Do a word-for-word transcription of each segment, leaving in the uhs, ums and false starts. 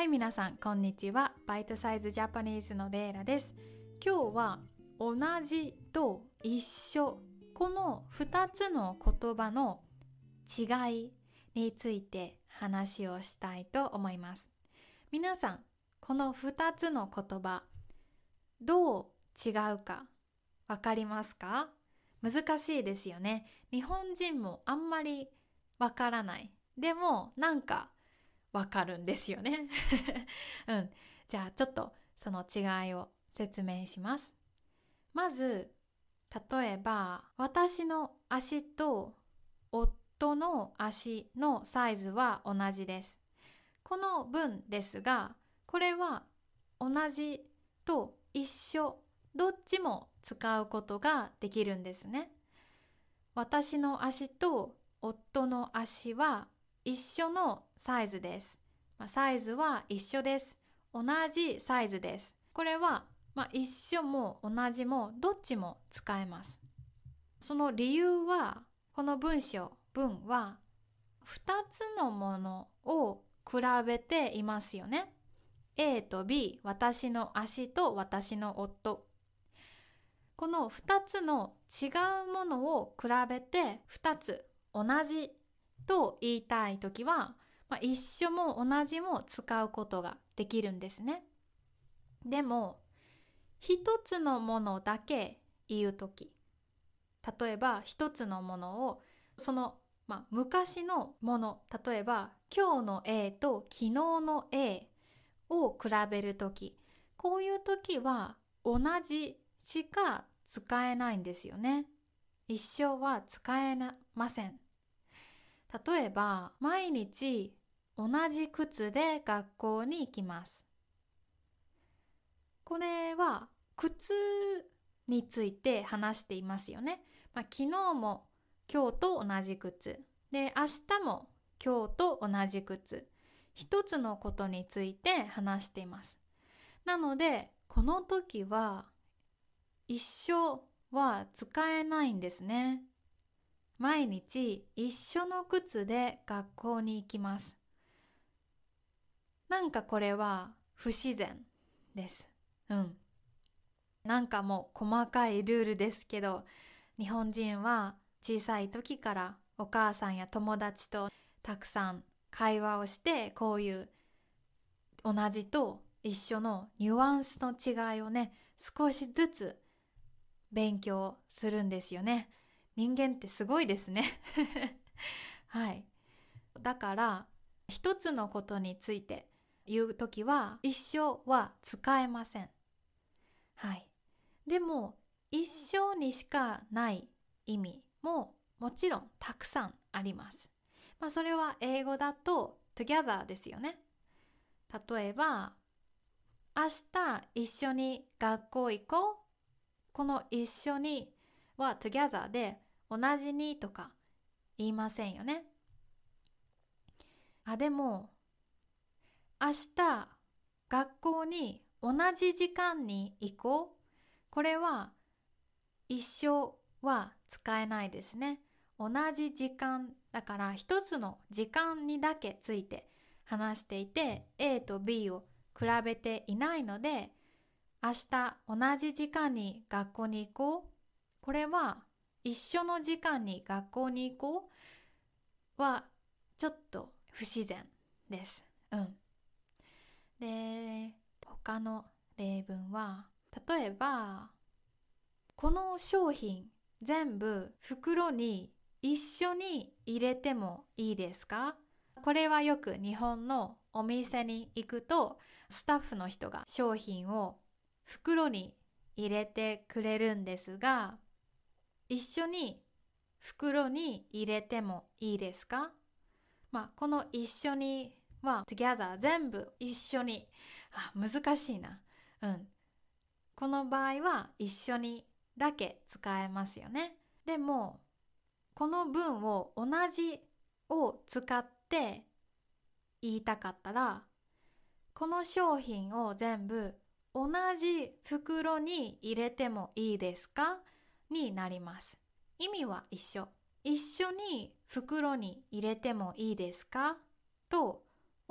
はい、皆さんこんにちは。バイトサイズジャパニーズのレイラです。今日は同じと一緒、このふたつの言葉の違いについて話をしたいと思います。皆さん、このふたつの言葉どう違うかわかりますか？難しいですよね。日本人もあんまりわからない。でもなんかわかるんですよね、うん、じゃあちょっとその違いを説明します。まず例えば私の足と夫の足のサイズは同じです。この文ですが、これは同じと一緒どっちも使うことができるんですね。私の足と夫の足は一緒のサイズです。まあ、サイズは一緒です。同じサイズです。これは、まあ、一緒も同じもどっちも使えます。その理由は、この文章、文はふたつのものを比べていますよね。A と B、私の足と私の夫。このふたつの違うものを比べてふたつ同じと言いたいときは、まあ、一緒も同じも使うことができるんですね。でも一つのものだけ言うとき、例えば一つのものをその、まあ、昔のもの、例えば今日の A と昨日の A を比べるとき、こういうときは同じしか使えないんですよね。一緒は使えません。例えば毎日同じ靴で学校に行きます。これは靴について話していますよね。まあ、昨日も今日と同じ靴で、明日も今日と同じ靴、一つのことについて話しています。なのでこの時は一緒は使えないんですね。毎日一緒の靴で学校に行きます。なんかこれは不自然です。うん。なんかもう細かいルールですけど、日本人は小さい時からお母さんや友達とたくさん会話をして、こういう同じと一緒のニュアンスの違いをね、少しずつ勉強するんですよね。人間ってすごいですねはい。だから一つのことについて言うときは一緒は使えません。はい。でも一緒にしかない意味ももちろんたくさんあります。まあそれは英語だと together ですよね。例えば明日一緒に学校行こう。この一緒には together で同じにとか言いませんよね。あ、でも明日学校に同じ時間に行こう。これは一緒は使えないですね。同じ時間だから一つの時間にだけついて話していて A と B を比べていないので、明日同じ時間に学校に行こう。これは一緒の時間に学校に行こうはちょっと不自然です。うん。で、他の例文は、例えばこの商品全部袋に一緒に入れてもいいですか？これはよく日本のお店に行くとスタッフの人が商品を袋に入れてくれるんですが、一緒に袋に入れてもいいですか？まあ、この一緒には together 全部一緒に、あ、難しいな。うん。この場合は一緒にだけ使えますよね。でもこの文を同じを使って言いたかったら、この商品を全部同じ袋に入れてもいいですかになります。意味は一緒。一緒に袋に入れてもいいですかと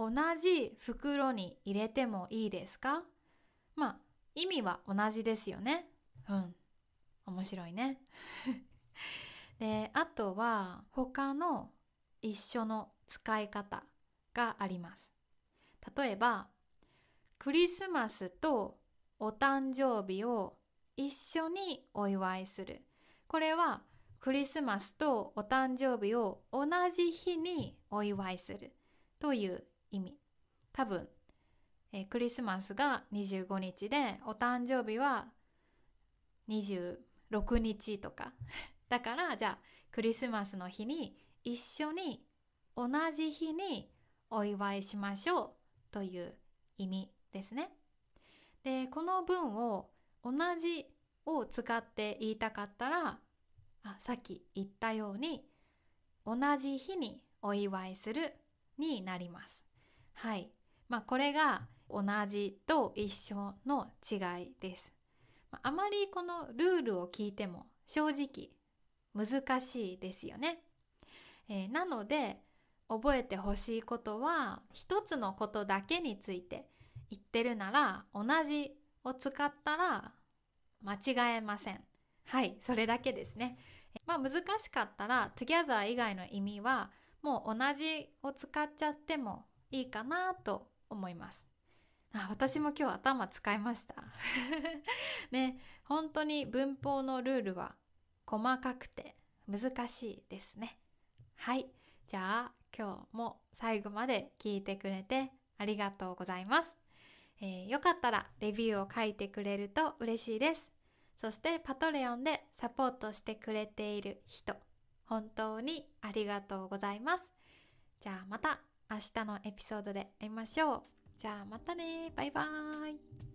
同じ袋に入れてもいいですか？まあ意味は同じですよね。うん、面白いね。で、あとは他の一緒の使い方があります。例えば、クリスマスとお誕生日を一緒にお祝いする。これはクリスマスとお誕生日を同じ日にお祝いするという意味。多分、えークリスマスがにじゅうごにちでお誕生日はにじゅうろくにちとか。だからじゃあクリスマスの日に一緒に同じ日にお祝いしましょうという意味ですね。で、この文を同じを使って言いたかったら、あ、さっき言ったように同じ日にお祝いするになります。はい。まあこれが同じと一緒の違いです。あまりこのルールを聞いても正直難しいですよね。えーなので覚えてほしいことは、一つのことだけについて言ってるなら同じを使ったら間違えません。はい、それだけですね。まあ難しかったら together 以外の意味はもう同じを使っちゃってもいいかなと思います。あ、私も今日頭使いました。ね、本当に文法のルールは細かくて難しいですね。はい、じゃあ今日も最後まで聞いてくれてありがとうございます。えーよかったらレビューを書いてくれると嬉しいです。そしてパトレオンでサポートしてくれている人、本当にありがとうございます。じゃあまた明日のエピソードで会いましょう。じゃあまたね。バイバーイ。